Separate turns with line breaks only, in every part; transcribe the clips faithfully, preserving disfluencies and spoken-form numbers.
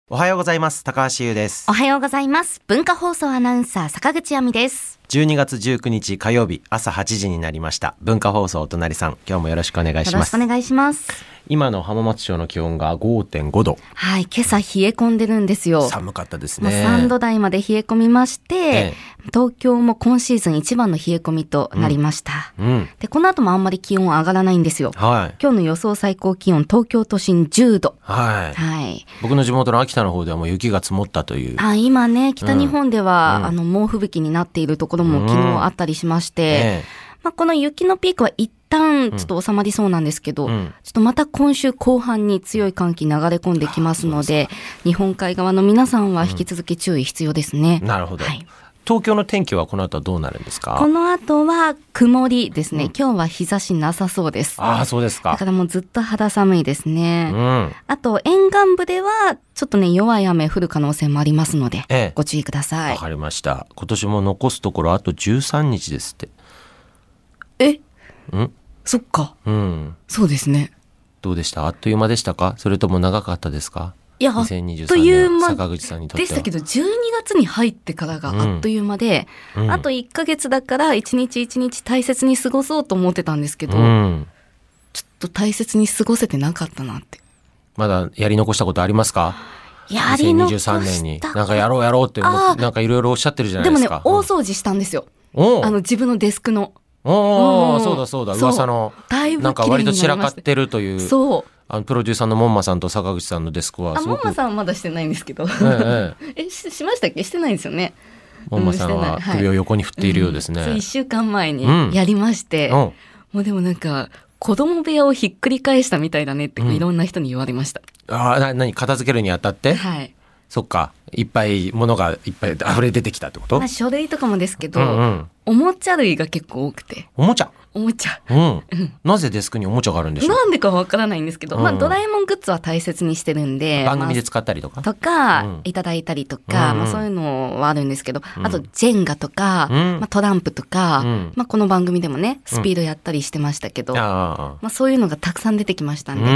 おはようございます。高橋優です。
おはようございます。文化放送アナウンサー坂口亜美です。
じゅうにがつじゅうくにち火曜日朝はちじになりました。文化放送お隣さん、今日もよろしくお願いします。
よろしくお願いします。
今の浜松町の気温が ごてんごど。
はい、今朝冷え込んでるんですよ。
寒かったですね。
さんど台まで冷え込みまして、ええ、東京も今シーズン一番の冷え込みとなりました、うんうん、でこの後もあんまり気温上がらないんですよ、はい、今日の予想最高気温東京都心じゅうど、はいはい、僕
の地元の秋田の方ではもう雪が積もったという。
あ今ね北日本では、うん、あの猛吹雪になっているところも昨日あったりしまして、うんええまあ、この雪のピークは一旦ちょっと収まりそうなんですけど、うん、ちょっとまた今週後半に強い寒気流れ込んできますので、日本海側の皆さんは引き続き注意必要ですね、
うん、なるほど、はい、東京の天気はこの後はどうなるんですか？
この後は曇りですね、うん、今日は日差しなさそうです。
ああそうですか。
だからもうずっと肌寒いですね、うん、あと沿岸部ではちょっとね弱い雨降る可能性もありますので、ええ、ご注意ください。
わかりました。今年も残すところあとじゅうさんにちですって。
え
ん
そっか、うん、そうですね。
どうでした？あっという間でしたか？それとも長かったですか？
いや、
にせんにじゅうさんねん坂口さんにとっては
でしたけど、じゅうにがつに入ってからがあっという間で、うん、あといっかげつだから一日一日大切に過ごそうと思ってたんですけど、うん、ちょっと大切に過ごせてなかったなって。
まだやり残したことありますか？
やり残した
にせんにじゅうさんねんになんかやろうやろうってなんかいろいろおっしゃってるじゃないですか。
でもね、大掃除したんですよ、うん、あの自分のデスクの。
おお、そうだそうだ、噂のなんか割と散らかってるという。そうあのプロデューサーの門馬さんと坂口さんのデスクはすごく。
あ門馬さんはまだしてないんですけど、えええ し, しましたっけ？してないんですよね。
門馬さんは首を横に振っているようですね、
うん、いっしゅうかんまえにやりまして、うん、もうでもなんか子供部屋をひっくり返したみたいだねっていろんな人に言われました、うん、
あな何片付けるにあたって、
はい、そ
っかいっぱい物がいっぱい溢れ出てきたってこと？
まあ、書類とかもですけど、うんうん、おもちゃ類が結構多くて。
おもちゃ
おもちゃ、
うん、なぜデスクにおもちゃがあるんでしょう？
なんでかわからないんですけど、うんまあ、ドラえもんグッズは大切にしてるんで
番組で使ったりとか、
まあ、とか、うん、いただいたりとか、うんまあ、そういうのはあるんですけど、うん、あとジェンガとか、うんまあ、トランプとか、うんまあ、この番組でもねスピードやったりしてましたけど、うんあまあ、そういうのがたくさん出てきましたんで、うんうん、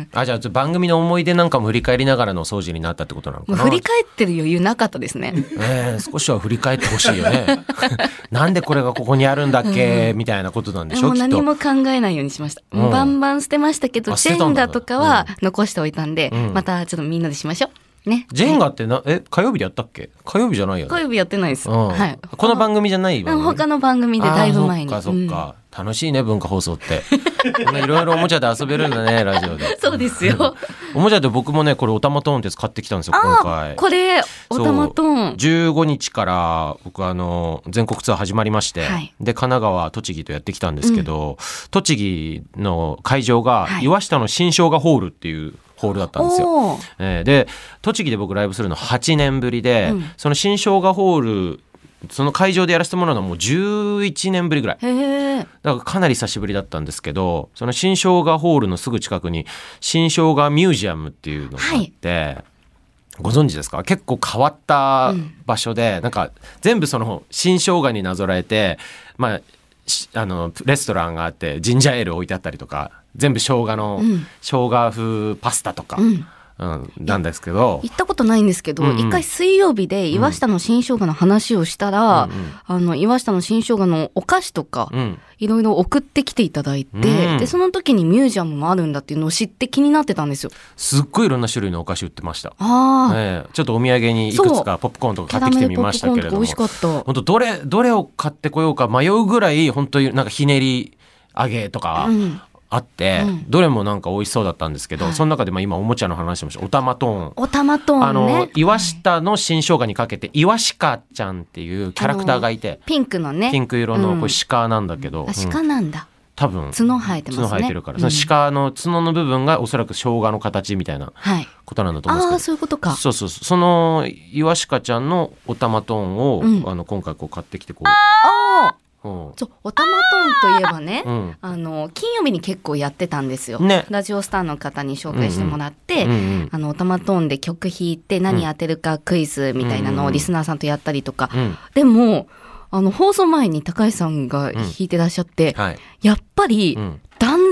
あじゃあ番組の思い出なんかも振り返りながらのお掃除になったってことなのかな？
振り返ってる余裕なかったですね、
えー、少しは振り返ってほしいよねなんでこれがここにあるんだっけ、うん、みたいなことなんでしょう。きっと
何も考えないようにしました、うん、もうバンバン捨てましたけどジェンガとかは残しておいたんで、うん、またちょっとみんなでしましょうね。
ジェンガってなえ火曜日でやったっけ？火曜日じゃないよね。
火曜日やってないです、うんはい、
この番組じゃないわ、ね、
他の番組でだいぶ前に。
そっかそっか、うん、楽しいね文化放送っていろいろおもちゃで遊べるんだねラジオで。
そうですよ
おもちゃで僕もねこれおたまトーンって買ってきたんですよ今回。
これおたまトーン
じゅうごにちから僕あの全国ツアー始まりまして、はい、で神奈川栃木とやってきたんですけど、うん、栃木の会場が岩下の新生姜ホールっていうホールだったんですよ、えー、で栃木で僕ライブするのはちねんぶりで、うん、その新生姜ホールその会場でやらせてもらうのはもうじゅういちねんぶりぐらい。へだからかなり久しぶりだったんですけど、その新生姜ホールのすぐ近くに新生姜ミュージアムっていうのがあって、はい、ご存知ですか？結構変わった場所で、うん、なんか全部その新生姜になぞらえて、まあ、あのレストランがあってジンジャーエール置いてあったりとか、全部生姜の、うん、生姜風パスタとか、うんうん、なんですけど
行ったことないんですけど、うんうん、一回水曜日で岩下の新生姜の話をしたら、うんうん、あの岩下の新生姜のお菓子とか、うん、いろいろ送ってきていただいて、うん、でその時にミュージアムもあるんだっていうのを知って気になってたんですよ。
すっごいいろんな種類のお菓子売ってました。あ、ね、ちょっとお土産にいくつかポップコーンとか買ってきてみましたけれども、
美味しかった。
本当どれどれを買ってこようか迷うぐらい本当になんかひねり揚げとか、うんあって、うん、どれもなんか美味しそうだったんですけど、はい、その中でまあ今おもちゃの話しましたおたまトーン
おたまトーン、ね、
あの岩下の新生姜にかけて岩鹿ちゃんっていうキャラクターがいて、
ピンクのね
ピンク色のこれ鹿なんだけど、うん、
鹿なんだ、
多分
角生えてますね。
角生えてるから、うん、その鹿の角の部分がおそらく生姜の形みたいなことなんだと思うんですけど、はい、
あそういうことか。
そうそうそう、その岩鹿ちゃんのおたまトーンを、うん、あの今回こう買ってきてこう
あうん、そうおたまトーンといえばね、うん、あの金曜日に結構やってたんですよ、ね、ラジオスターの方に紹介してもらって、うんうん、あのおたまトーンで曲弾いて何当てるかクイズみたいなのをリスナーさんとやったりとか、うん、でもあの放送前に高橋さんが弾いてらっしゃって、うんはい、やっぱり断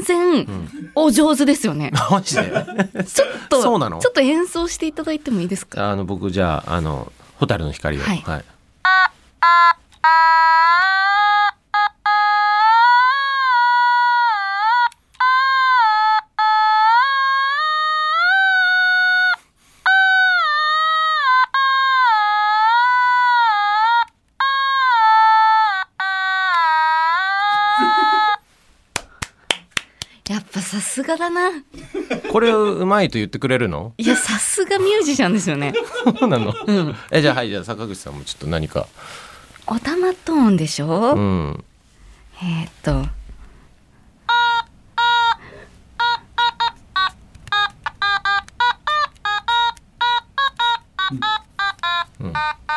全然お上手ですよね。
マジで
ちょっと
そうなの？
ちょっと演奏していただいてもいいですか？
あの僕じゃああの蛍の光を、
はい
はい、
やっぱさすがだな。
これをうまいと言ってくれるの？
いやさすがミュージシャンですよね。
そうなの、
うん、
えじゃあはいじゃあ坂口さんもちょっと何か。
おたまトーンでしょ、
うん、
えー、っと
うん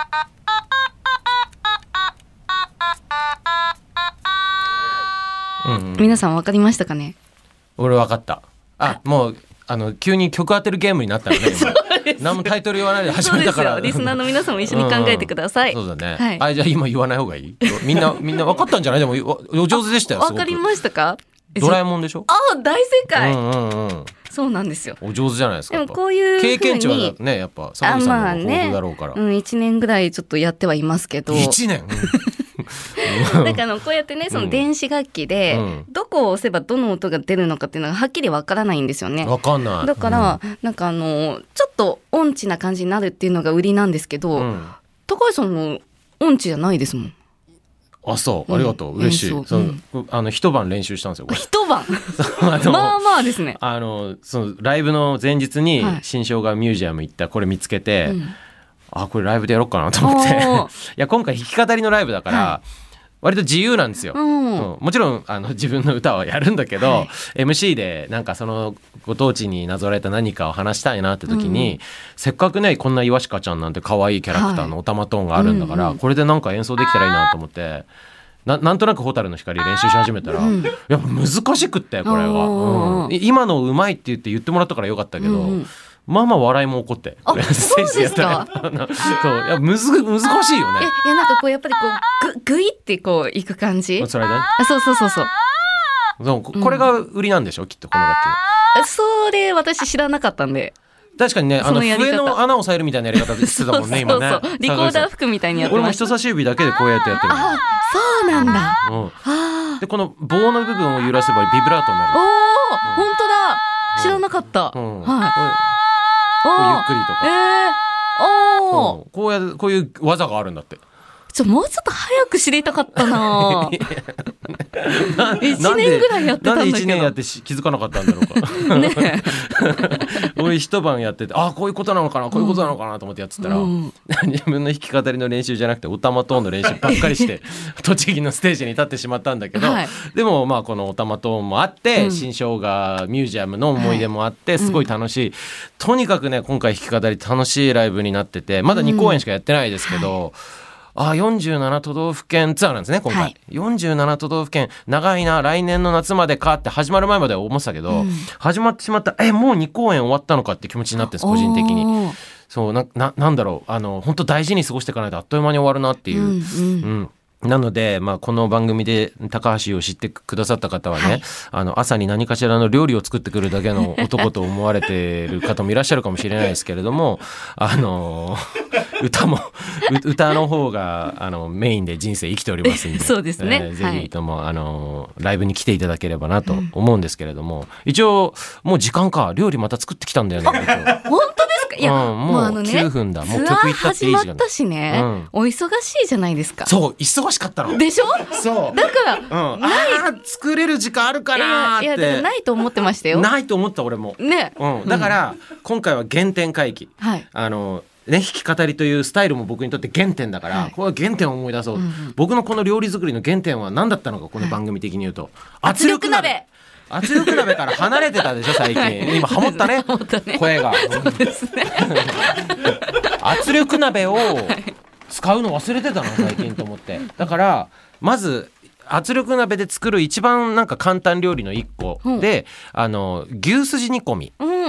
うんうん、
皆さん分かりましたかね？
俺分かった。あ、もうあの急に曲当てるゲームになったのね今。何もタイトル言わないで始めたから。
そうですよ。リスナーの皆さんも一緒に考えてください。
うんうん、そうだね、
はい、
あじゃあ今言わない方がいい？みんなみんな分かったんじゃない？でもお上手でしたよ。
分かりましたか？
ドラえもんでしょ？
あ大正解、
うんうんうん、そう
なんですよ。
お上手じゃないですか。
でもこういう
経験値はねやっぱ坂口さんの豊富だろうから、
まあね、うん、いちねんぐらいちょっとやってはいますけど。
いちねん
だからあのこうやってねその電子楽器でどこを押せばどの音が出るのかっていうのがはっきりわからないんですよね。
わかんない。
だから、うん、なんかあのちょっと音痴な感じになるっていうのが売りなんですけど、うん、高橋さんも音痴じゃないですもん。
あそうありがとう、うん、嬉しい。その、うん、あの一晩練習したんですよ。
一晩まあまあですね。
あのそのライブの前日に新生姜ミュージアム行ったこれ見つけて、はい、あこれライブでやろうかなと思っていや今回弾き語りのライブだから、はい、割と自由なんですよ、うんうん、もちろんあの自分の歌はやるんだけど、はい、エムシー でなんかそのご当地になぞらえた何かを話したいなって時に、うん、せっかくねこんな岩鹿ちゃんなんて可愛いキャラクターのおたまトーンがあるんだから、はいうんうん、これでなんか演奏できたらいいなと思ってな, なんとなく蛍の光練習し始めたら、うん、やっぱ難しくってこれは、うん、今のうまいって言って言ってもらったからよかったけど、うんまあまあ笑いも起こって
あそうですか
そういやむず難しいよね。
いやなんかこうやっぱりこうぐぐいってこういく感じ
それだ、ね、
あそうそうそうそう
そうこれが売りなんでしょ、うん、きっとこの楽器。
それ私知らなかったんで。
確かにねあの笛の穴を押さえるみたいなやり方してたもんね今ね。
そうそうリコーダー吹くみたいにやってました。
俺も人差し指だけでこうやってやってる。
あそうなんだ、
うん、でこの棒の部分を揺らせばビブラートになる。
おお、うん、本当だ知らなかった、うんうん、はい
こうゆっくりとか、
えーお
うん、こうやこういう技があるんだって。
ちょもうちょっと早く知りたかったな。いちねんぐらいやってたんだけど
なんでいちねんやって気づかなかったんだろうか。ね俺一晩やっててあこういうことなのかなこういうことなのかなと思ってやってたら、うん、自分の弾き語りの練習じゃなくておたまトーンの練習ばっかりして栃木のステージに立ってしまったんだけど、はい、でもまあこのおたまトーンもあって、うん、新生姜ミュージアムの思い出もあって、はい、すごい楽しい、うん、とにかくね今回弾き語り楽しいライブになっててまだに公演しかやってないですけど、うんはいあよんじゅうなな都道府県ツアーなんですね今回、はい、よんじゅうなな都道府県長いな来年の夏までかって始まる前までは思ってたけど、うん、始まってしまったえもうに公演終わったのかって気持ちになってるんです個人的に。そう な, な, なんだろうあの本当大事に過ごしていかないとあっという間に終わるなっていう、うんうんうんなので、まあ、この番組で高橋を知ってくださった方はね、はい、あの朝に何かしらの料理を作ってくるだけの男と思われている方もいらっしゃるかもしれないですけれどもあの歌も歌の方があのメインで人生生きておりますんで
そうですね、
えー、ぜひとも、はい、あのライブに来ていただければなと思うんですけれども、うん、一応もう時間か料理また作ってきたんだよね。
本当ですか。いや、
うん、もうあのね、きゅうふんだもう曲いったっていい時間
始まったしね、うん、お忙しいじゃないですか。
そう忙しかったの
でしょ。
そう
だから、
うん、あ作れる時間あるかなって。
いやいやでもないと思ってましたよ。
ないと思った俺も、
ね
うん、だから、うん、今回は原点回帰、はい、あのね、弾き語りというスタイルも僕にとって原点だから、はい、これは原点を思い出そう、うんうん、僕のこの料理作りの原点は何だったのかこの番組的に言うと、はい、圧力鍋圧力鍋から離れてたでしょ最近、はい、今ハモったね、ハモったね声が
そうですね
圧力鍋を使うの忘れてたの最近と思ってだからまず圧力鍋で作る一番なんか簡単料理のいっこで、うん、あの牛すじ煮込み、うん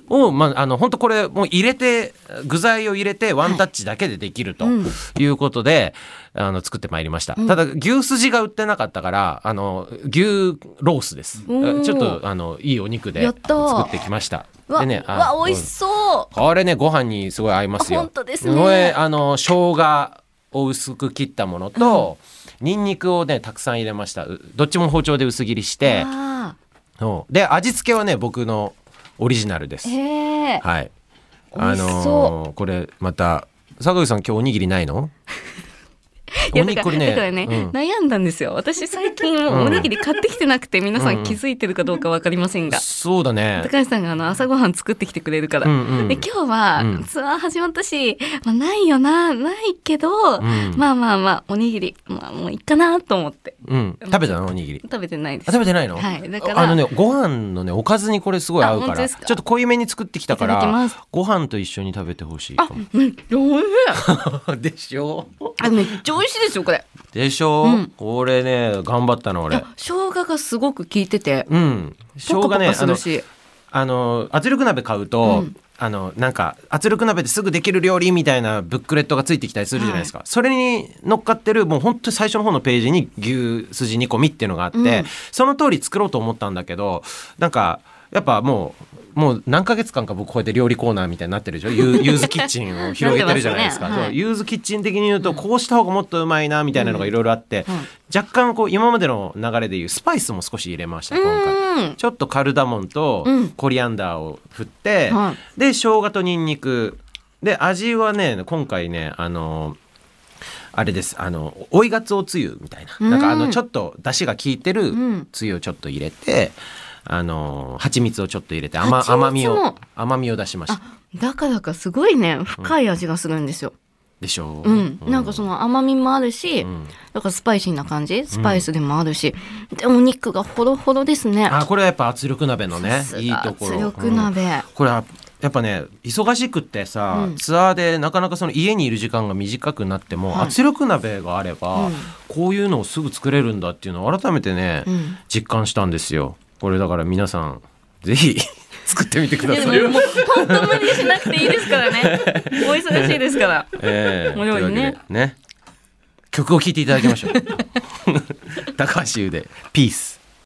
を、まあ、あの本当これもう入れて具材を入れてワンタッチだけでできるということで、はい、あの作ってまいりました、うん、ただ牛すじが売ってなかったからあの牛ロースです。ちょっとあのいいお肉で作ってきました。
でね、わわ美味しそう、
これねご飯にすごい合いますよ。
本当ですね。
これあの生姜を薄く切ったものと、うん、ニンニクをねたくさん入れました。どっちも包丁で薄切りして、で味付けはね僕のオリジナルです。
へー、
はい。あのー、これまた坂口さん今日おにぎりないの？
いやだからね、だからね、うん、悩んだんですよ。私最近もうおにぎり買ってきてなくて、皆さん気づいてるかどうか分かりませんが、うん、
そうだね、
高橋さんがあの朝ごはん作ってきてくれるから、うんうん、で今日はツアー始まったし、まあ、ないよなないけど、うん、まあまあまあおにぎり、まあ、もういいかなと思って、
うん、食べたのおにぎり？
食べてないです。
食べてないの？
はい、だから
あのねご飯のねおかずにこれすごい合うから、ちょっと濃いめに作ってきたからご飯と一緒に食べてほしいかも。
あ、めっちゃ美味し
いでしょ？
あ、めっちゃ美味しいですよこれ。
でしょ、うん、これね頑張ったの俺。
生姜がすごく効いてて、
うん、生姜ね、ポカポカするし、あの、あの圧力鍋買うと、うん、あのなんか圧力鍋ですぐできる料理みたいなブックレットがついてきたりするじゃないですか、はい、それに乗っかってるもう本当に最初の方のページに牛すじ煮込みっていうのがあって、うん、その通り作ろうと思ったんだけど、なんかやっぱもうもう何ヶ月間か僕こうやって料理コーナーみたいになってるでしょ。ユーズキッチンを広げてるじゃないですか。ね、はい、ユーズキッチン的に言うとこうした方がもっとうまいなみたいなのがいろいろあって、うんうん、若干こう今までの流れでいうスパイスも少し入れました今回。ちょっとカルダモンとコリアンダーを振って、うん、で生姜とニンニクで味はね今回ねあのあれです、あの追いがつおつゆみたいな、うん、なんかあのちょっと出汁が効いてるつゆをちょっと入れて、あの蜂蜜をちょっと入れて 甘, 甘みを甘みを出しました。
あ、だからかすごいね深い味がするんですよ。
うん、でしょ
う、うんうん、なんかその甘みもあるし、うん、だからスパイシーな感じ、スパイスでもあるし、うん、でお肉がホロホロですね。
あ、これはやっぱ圧力鍋のねいいところ。
圧力鍋、うん、
これはやっぱね忙しくってさ、うん、ツアーでなかなかその家にいる時間が短くなっても、はい、圧力鍋があれば、うん、こういうのをすぐ作れるんだっていうのを改めてね、うん、実感したんですよ。これだから皆さんぜひ作ってみてください。
いやもう本当無理しなくていいですからね。お忙しいですから。
えー、お料理ね。ね。曲を聴いていただきましょう。高橋優でピース。